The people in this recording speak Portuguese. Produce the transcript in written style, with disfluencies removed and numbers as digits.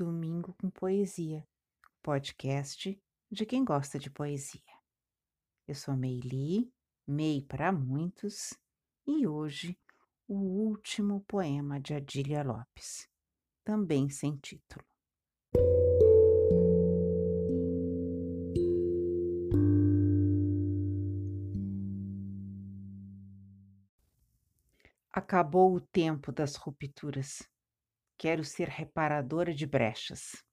Domingo com Poesia, podcast de quem gosta de poesia. Eu sou Meili, Mei para muitos, e hoje o último poema de Adília Lopes, também sem título. Acabou o tempo das rupturas. Quero ser reparadora de brechas.